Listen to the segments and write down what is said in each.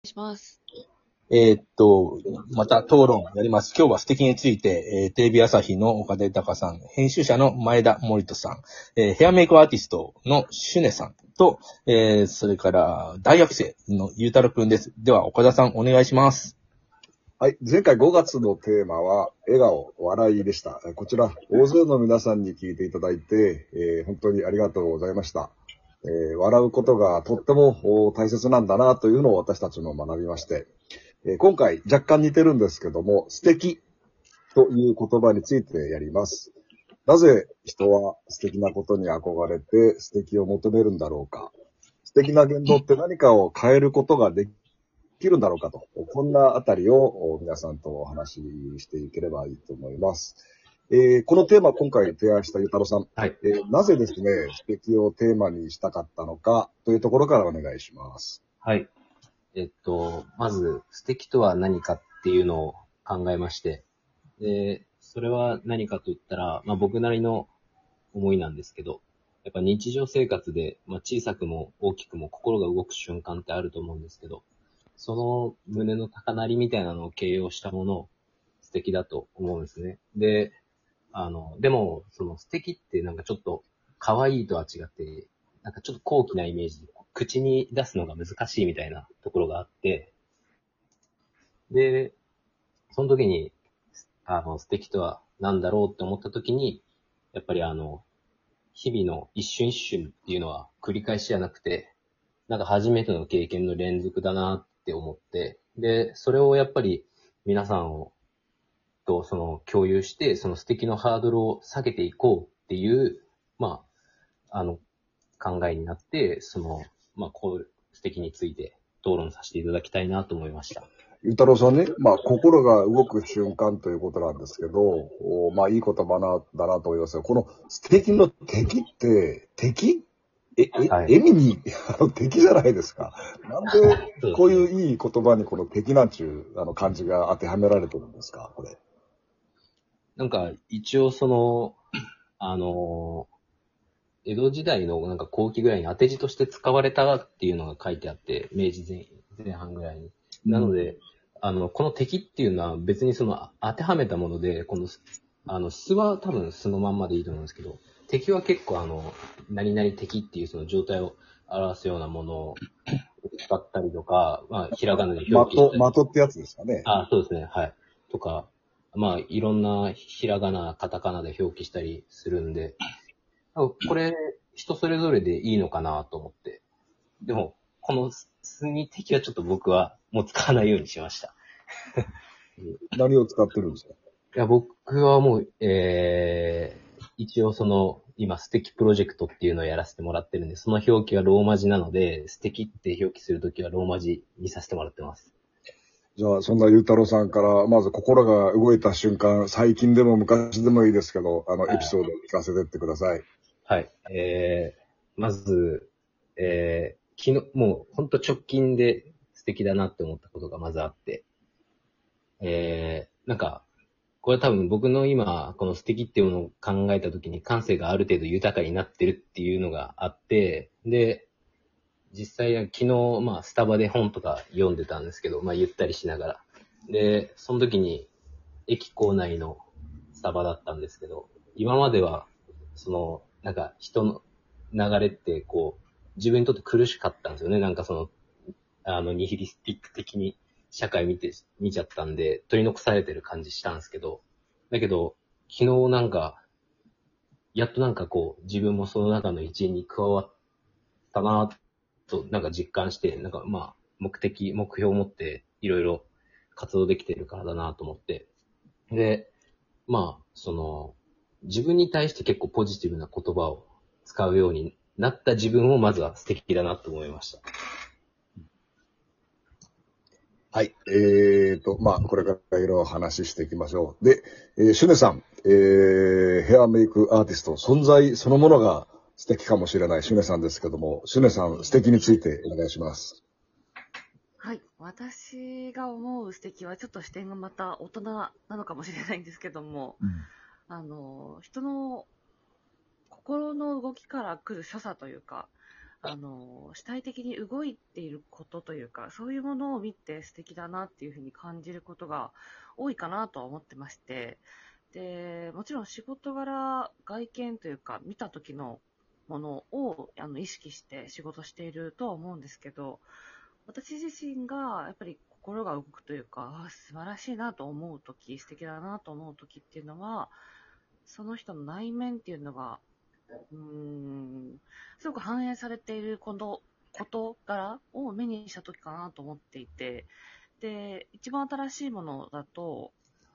します。 えーっと、また討論やります。今日は素敵について、テレビ朝日の岡田豊さん、編集者の前田森人さん、ヘアメイクアーティストのシュネさんと、それから大学生のゆうたろくんです。では、岡田さんお願いします。 はい。前回5月のテーマは、笑顔、笑いでした。こちら、大勢の皆さんに聞いていただいて、本当にありがとうございました。笑うことがとっても大切なんだなというのを私たちも学びまして、今回若干似てるんですけども、素敵という言葉についてやります。なぜ人は素敵なことに憧れて素敵を求めるんだろうか。素敵な言動って何かを変えることができるんだろうかと。こんなあたりを皆さんとお話ししていければいいと思います。このテーマ今回提案したゆうたろうさん、 はい。 なぜですね、素敵をテーマにしたかったのかというところからお願いします。 はい。まず、素敵とは何かっていうのを考えまして、で、それは何かと言ったら、僕なりの思いなんですけど、やっぱ日常生活で、小さくも大きくも心が動く瞬間ってあると思うんですけど、その胸の高鳴りみたいなのを形容したものを素敵だと思うんですね。で、でも、その素敵ってなんかちょっと可愛いとは違って、なんかちょっと高貴なイメージで、口に出すのが難しいみたいなところがあって、で、その時に、素敵とは何だろうって思った時に、やっぱり日々の一瞬一瞬っていうのは繰り返しじゃなくて、なんか初めての経験の連続だなって思って、で、それをやっぱり皆さんとその共有して、その素敵のハードルを下げていこうっていう、まあ、考えになって、こう、素敵について討論させていただきたいなと思いました。 ゆうたろうさんね、心が動く瞬間ということなんですけど、いい言葉だなと思いますが、この素敵の敵って、 はい。 意味に、敵じゃないですか。なんで、こういういい言葉にこの敵なんちゅう、漢字が当てはめられてるんですか、これ。 なんか、一応あの、江戸時代のなんか後期ぐらいに当て字として使われたっていうのが書いてあって、明治前半ぐらいに。なので、この敵っていうのは別にその当てはめたもので、素は多分素のまんまでいいと思うんですけど、敵は結構何々敵っていうその状態を表すようなものを使ったりとか、ひらがなで表記したり。 的ってやつですかね。 そうですね、はい。とか、いろんなひらがな、カタカナで表記したりするんで、これ、人それぞれでいいのかなと思って。でも、この素に敵はちょっと僕はもう使わないようにしました。 何を使ってるんですか？ いや、僕はもう、一応今、素敵プロジェクトっていうのをやらせてもらってるんで、その表記はローマ字なので、素敵って表記するときはローマ字にさせてもらってます。 じゃあ、そんなゆうたろうさんから、まず心が動いた瞬間、最近でも昔でもいいですけど、エピソードを聞かせてってください。 はい。まず、昨日、もう本当直近で素敵だなって思ったことがまずあって、なんか、これ多分僕の今、この素敵っていうものを考えたときに感性がある程度豊かになってるっていうのがあって、で、実際は昨日、スタバで本とか読んでたんですけど、ゆったりしながら。で、その時に、駅構内のスタバだったんですけど、今までは、なんか人の流れって自分にとって苦しかったんですよね。なんかニヒリスティック的に社会見ちゃったんで、取り残されてる感じしたんですけど、だけど、昨日なんか、やっとなんか自分もその中の一員に加わったなと、なんか実感して、なんか目標を持っていろいろ活動できてるからだなと思って。で、自分に対して結構ポジティブな言葉を使うようになった自分をまずは素敵だなと思いました。 はい。これからいろいろ話していきましょう。で、シュネさん、ヘアメイクアーティスト、存在そのものが素敵かもしれないシュネさんですけども、シュネさん、素敵についてお願いします。 はい。私が思う素敵はちょっと視点がまた大人なのかもしれないんですけども、人の心の動きから来る所作というか、 主体的に動いていることというか、そういうものを見て素敵だなっていうふうに感じることが多いかなとは思ってまして、で、もちろん仕事柄、外見というか、見た時のものを意識して仕事しているとは思うんですけど、私自身がやっぱり心が動くというか、素晴らしいなと思う時、素敵だなと思う時っていうのは、その人の内面っていうのが、すごく反映されている事柄を目にした時かなと思っていて、で、一番新しいものだと、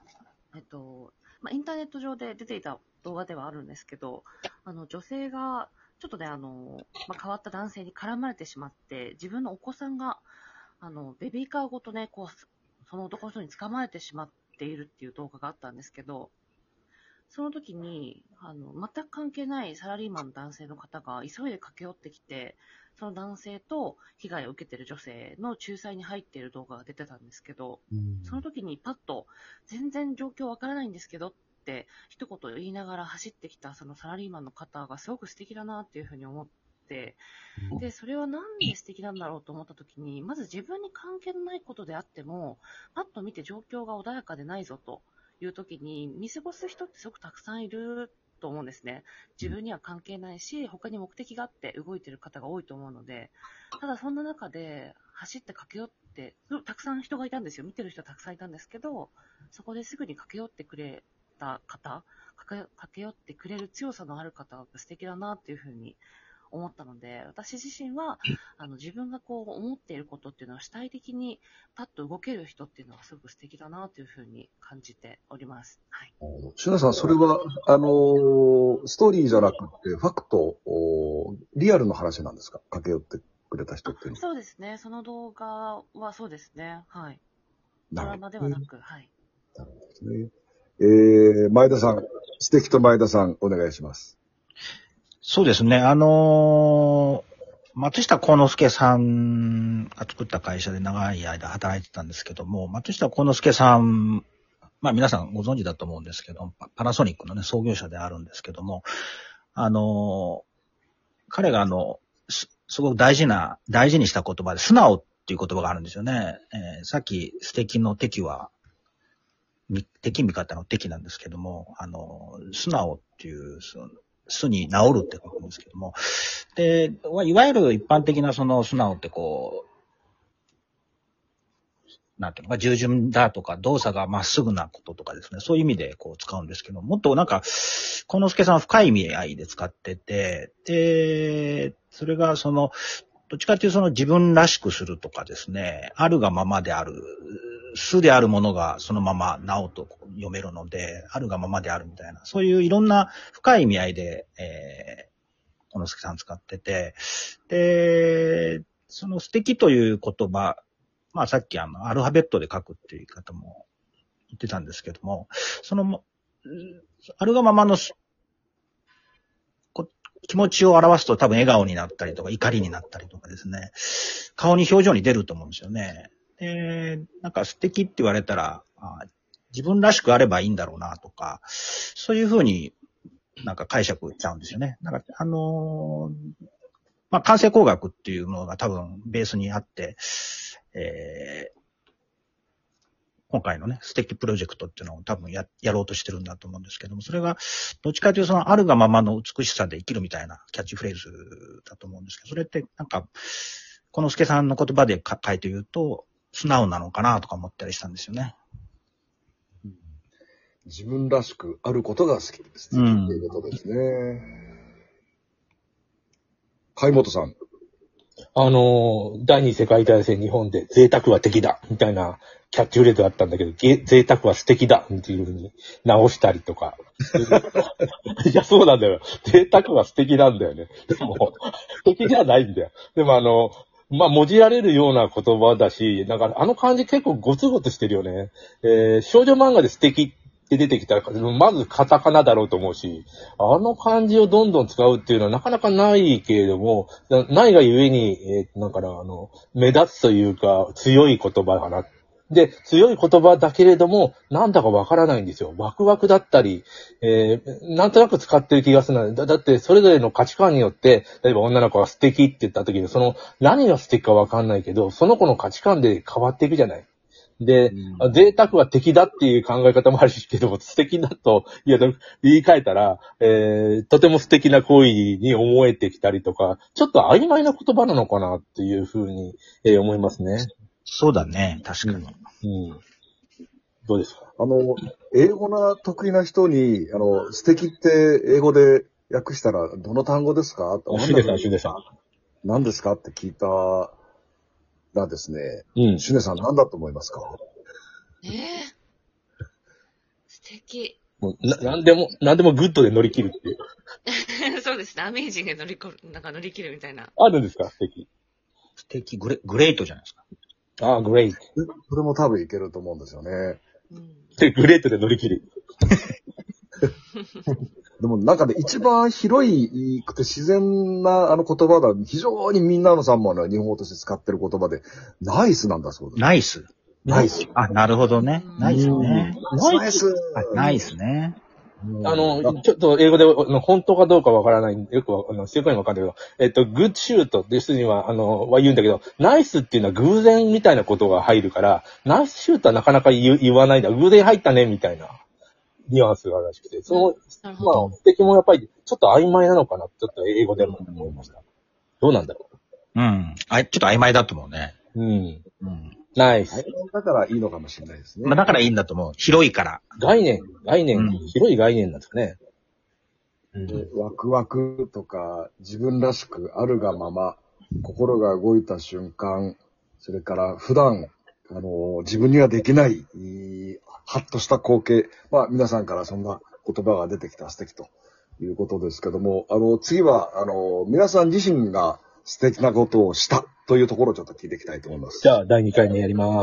インターネット上で出ていた動画ではあるんですけど、女性が、ちょっとね、変わった男性に絡まれてしまって、自分のお子さんが、ベビーカーごとね、その男の人に掴まれてしまっているっていう動画があったんですけど、その時に、全く関係ないサラリーマンの男性の方が急いで駆け寄ってきて、その男性と被害を受けている女性の仲裁に入っている動画が出てたんですけど、その時にパッと、全然状況わからないんですけどって一言言いながら走ってきたそのサラリーマンの方がすごく素敵だなっていうふうに思って、で、それはなんで素敵なんだろうと思った時に、まず自分に関係のないことであっても、パッと見て状況が穏やかでないぞという時に見過ごす人ってすごくたくさんいると思うんですね。自分には関係ないし、他に目的があって動いている方が多いと思うので、ただそんな中で走って駆け寄って、たくさん人がいたんですよ。見てる人はたくさんいたんですけど、そこですぐに駆け寄ってくれた方、駆け寄ってくれる強さのある方が素敵だなっていうふうに思ったので、私自身は自分が思っていることっていうのは主体的にパッと動ける人っていうのはすごく素敵だなというふうに感じております。はい。 シュナさん、それは、ストーリーじゃなくて、ファクト、リアルの話なんですか？駆け寄ってくれた人っていうのは。 そうですね。その動画はそうですね。はい。ドラマではなく、はい。 なるほどですね。前田さん、素敵と前田さん、お願いします。 そうですね。松下幸之助さんが作った会社で長い間働いてたんですけども、松下幸之助さん、皆さんご存知だと思うんですけど、パナソニックのね、創業者であるんですけども、彼がすごく大事にした言葉で、素直っていう言葉があるんですよね。さっき素敵の敵は、敵味方の敵なんですけども、素直っていう、素に治るって書くんですけども。で、いわゆる一般的なその素直ってなんていうのか、従順だとか、動作がまっすぐなこととかですね、そういう意味で使うんですけど、もっと幸之助さんは深い意味合いで使ってて、で、それがどっちかというと自分らしくするとかですね、あるがままである、素であるものがそのままなおと読めるので、あるがままであるみたいな、そういういろんな深い意味合いで、幸之助さん使ってて、で、その素敵という言葉、さっきアルファベットで書くっていう言い方も言ってたんですけども、あるがままの気持ちを表すと多分笑顔になったりとか怒りになったりとかですね、顔に表情に出ると思うんですよね。素敵って言われたら、自分らしくあればいいんだろうなとか、そういうふうに解釈しちゃうんですよね。感性工学っていうのが多分ベースにあって、今回のね、素敵プロジェクトっていうのを多分やろうとしてるんだと思うんですけども、それが、どっちかというとあるがままの美しさで生きるみたいなキャッチフレーズだと思うんですけど、それって幸之助さんの言葉で書いて言うと、素直なのかなとか思ったりしたんですよね。 自分らしくあることが好きですっていうことですね。貝本さん。 第二次世界大戦日本で贅沢は敵だみたいなキャッチフレーズがあったんだけど、贅沢は素敵だっていう風に直したりとか。いや、そうなんだよ。贅沢は素敵なんだよね。でも、敵じゃないんだよ。でももじられるような言葉だし、漢字結構ゴツゴツしてるよね。少女漫画で素敵って出てきたら、まずカタカナだろうと思うし、漢字をどんどん使うっていうのはなかなかないけれども、ないがゆえに、目立つというか強い言葉だなっで、強い言葉だけれども、なんだかわからないんですよ。ワクワクだったり、なんとなく使ってる気がするだって、それぞれの価値観によって、例えば女の子が素敵って言った時に、その、何が素敵かわかんないけど、その子の価値観で変わっていくじゃない。で、贅沢は敵だっていう考え方もあるけど、素敵だと言い換えたら、とても素敵な行為に思えてきたりとか、ちょっと曖昧な言葉なのかなっていうふうに、思いますね。 そうだね。確かに。 うん。どうですか？ 英語が得意な人に、素敵って英語で訳したらどの単語ですか？ シュネさん。 何ですかって聞いたらですね、シュネさん何だと思いますか？ 素敵。 もう何でもグッドで乗り切るっていう。 そうですね。アメージングで乗り切るみたいな。 あるんですか？ 素敵、グレートじゃないですか。 ああ、グレート。 それも多分いけると思うんですよね。 で、グレートで乗り切る。 でもなんかね、一番広いくて自然な言葉が非常にみんなのさんも日本語として使ってる言葉で、ナイスなんだそうです。 ナイス。あ、なるほどね。ナイスね。 ナイス。 ナイスね。 ちょっと英語で、本当かどうかわからないんで、よく正確にわかんないけど、グッドシュートって人には、は言うんだけど、ナイスっていうのは偶然みたいなことが入るから、ナイスシュートはなかなか言わないんだ。偶然入ったね、みたいなニュアンスがあるらしくて、素敵もやっぱりちょっと曖昧なのかな、ちょっと英語でも思いました。どうなんだろう。ちょっと曖昧だと思うね。 ナイス。 だからいいのかもしれないですね。 だからいいんだと思う。広いから。 概念、広い概念なんですかね。 ワクワクとか、自分らしくあるがまま、心が動いた瞬間、それから普段、自分にはできない、ハッとした光景。皆さんからそんな言葉が出てきた素敵ということですけども、次は、皆さん自身が素敵なことをしたというところをちょっと聞いていきたいと思います。 じゃあ、第2回目やります。